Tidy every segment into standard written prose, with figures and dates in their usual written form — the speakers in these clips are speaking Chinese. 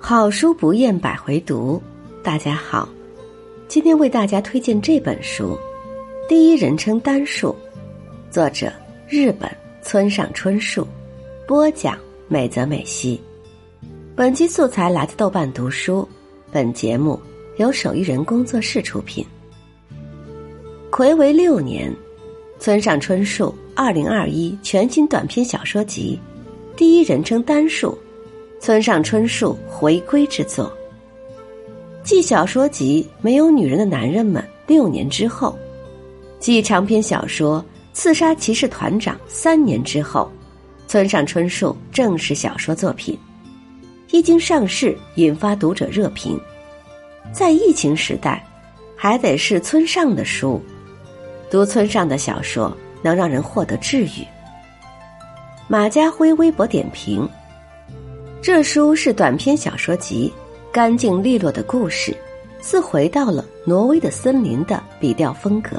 好书不厌百回读，大家好，今天为大家推荐这本书《第一人称单数》，作者日本村上春树，播讲美泽美希。本期素材来自豆瓣读书，本节目由手艺人工作室出品。睽违6年，村上春树2021全新短篇小说集《第一人称单数》村上春树回归之作，继小说集《没有女人的男人们》6年之后，继长篇小说《刺杀骑士团长》3年之后，村上春树正式小说作品一经上市，引发读者热评。在疫情时代，还得是村上的书，读村上的小说能让人获得治愈。马家辉微博点评：这书是短篇小说集，干净利落的故事，似回到了挪威的森林的笔调风格。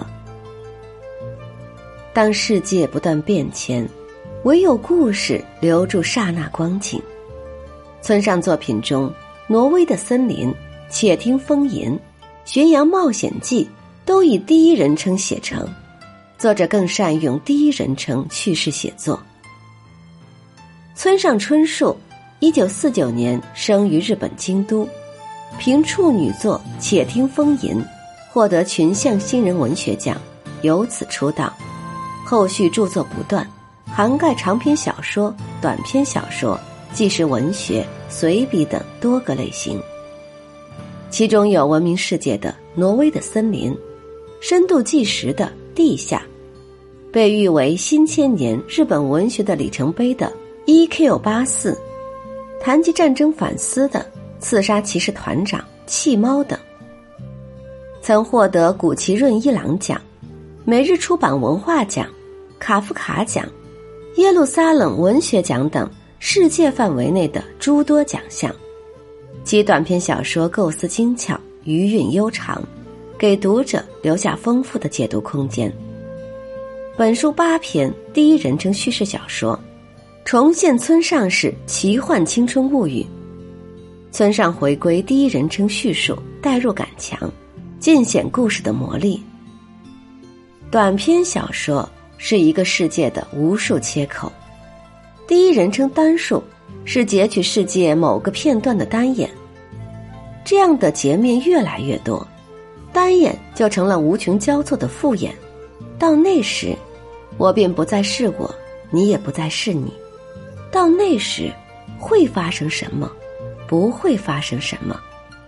当世界不断变迁，唯有故事留住刹那光景。村上作品中，挪威的森林、且听风吟、悬崖冒险记都以第一人称写成，作者更善用第一人称叙事写作。村上春树1949年生于日本京都，凭处女作《且听风吟》获得群像新人文学奖，由此出道。后续著作不断，涵盖长篇小说、短篇小说、纪实文学、随笔等多个类型，其中有闻名世界的《挪威的森林》，深度纪实的《地下》，被誉为新千年日本文学的里程碑的EQ84，谈及战争反思的《刺杀骑士团长》、弃猫等，曾获得谷崎润一郎奖、每日出版文化奖、卡夫卡奖、耶路撒冷文学奖等世界范围内的诸多奖项。其短篇小说构思精巧，余韵悠长，给读者留下丰富的解读空间。本书8篇第一人称叙事小说，重现村上式奇幻青春物语。村上回归第一人称叙述，代入感强，尽显故事的魔力。短篇小说是一个世界的无数切口，第一人称单数是截取世界某个片段的单眼，这样的截面越来越多，单眼就成了无穷交错的复眼。到那时，我便不再是我，你也不再是你。到那时，会发生什么？不会发生什么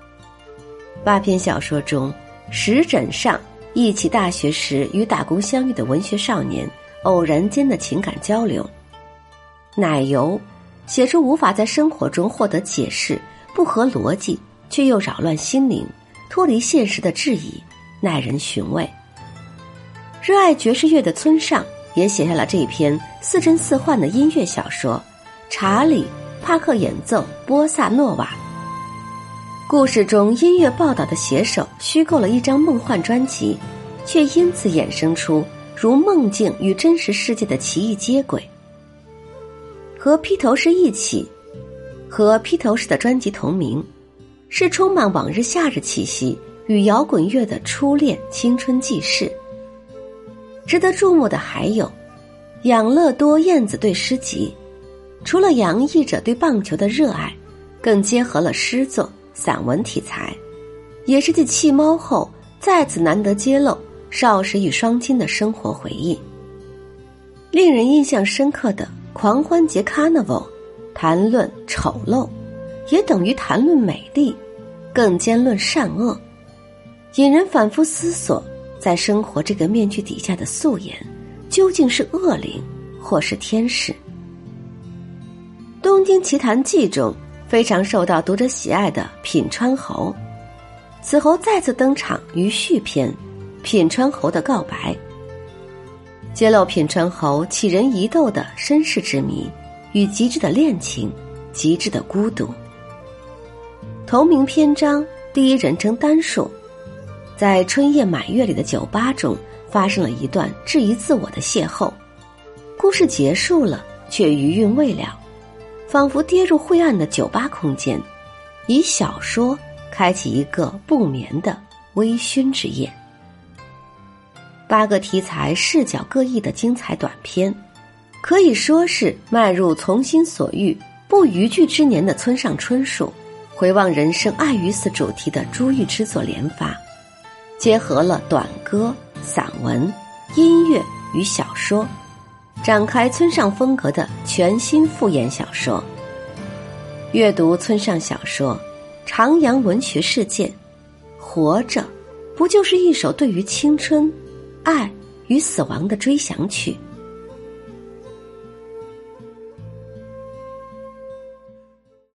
？8篇小说中，石枕上忆起大学时与打工相遇的文学少年偶然间的情感交流。奶油写出无法在生活中获得解释，不合逻辑却又扰乱心灵，脱离现实的质疑，耐人寻味。热爱爵士乐的村上也写下了这篇似真似幻的音乐小说《查理·帕克演奏波萨诺瓦》。故事中音乐报道的写手虚构了一张梦幻专辑，却因此衍生出如梦境与真实世界的奇异接轨。和披头士的专辑同名，是充满往日夏日气息与摇滚乐的初恋青春记事。值得注目的还有养乐多燕子队诗集，除了洋溢着对棒球的热爱，更结合了诗作、散文题材，也是继弃猫后再次难得揭露少时与双亲的生活回忆。令人印象深刻的狂欢节 Carnival 谈论丑陋，也等于谈论美丽，更兼论善恶，引人反复思索，在生活这个面具底下的素颜究竟是恶灵或是天使。东京奇谭记中非常受到读者喜爱的品川侯，此侯再次登场于续篇品川侯的告白，揭露品川侯启人疑窦的身世之谜与极致的恋情，极致的孤独。同名篇章第一人称单数，在春夜满月里的酒吧中发生了一段质疑自我的邂逅，故事结束了，却余韵未了，仿佛跌入晦暗的酒吧空间， 以小说开启一个不眠的微醺之夜。8个题材视角各异的精彩短片，可以说是迈入从心所欲不逾矩之年的村上春树回望人生爱与死主题的珠玉之作连发，结合了短歌、散文、音乐与小说，展开村上风格的全新复演小说。阅读村上小说，徜徉文学世界，活着不就是一首对于青春、爱与死亡的追想曲？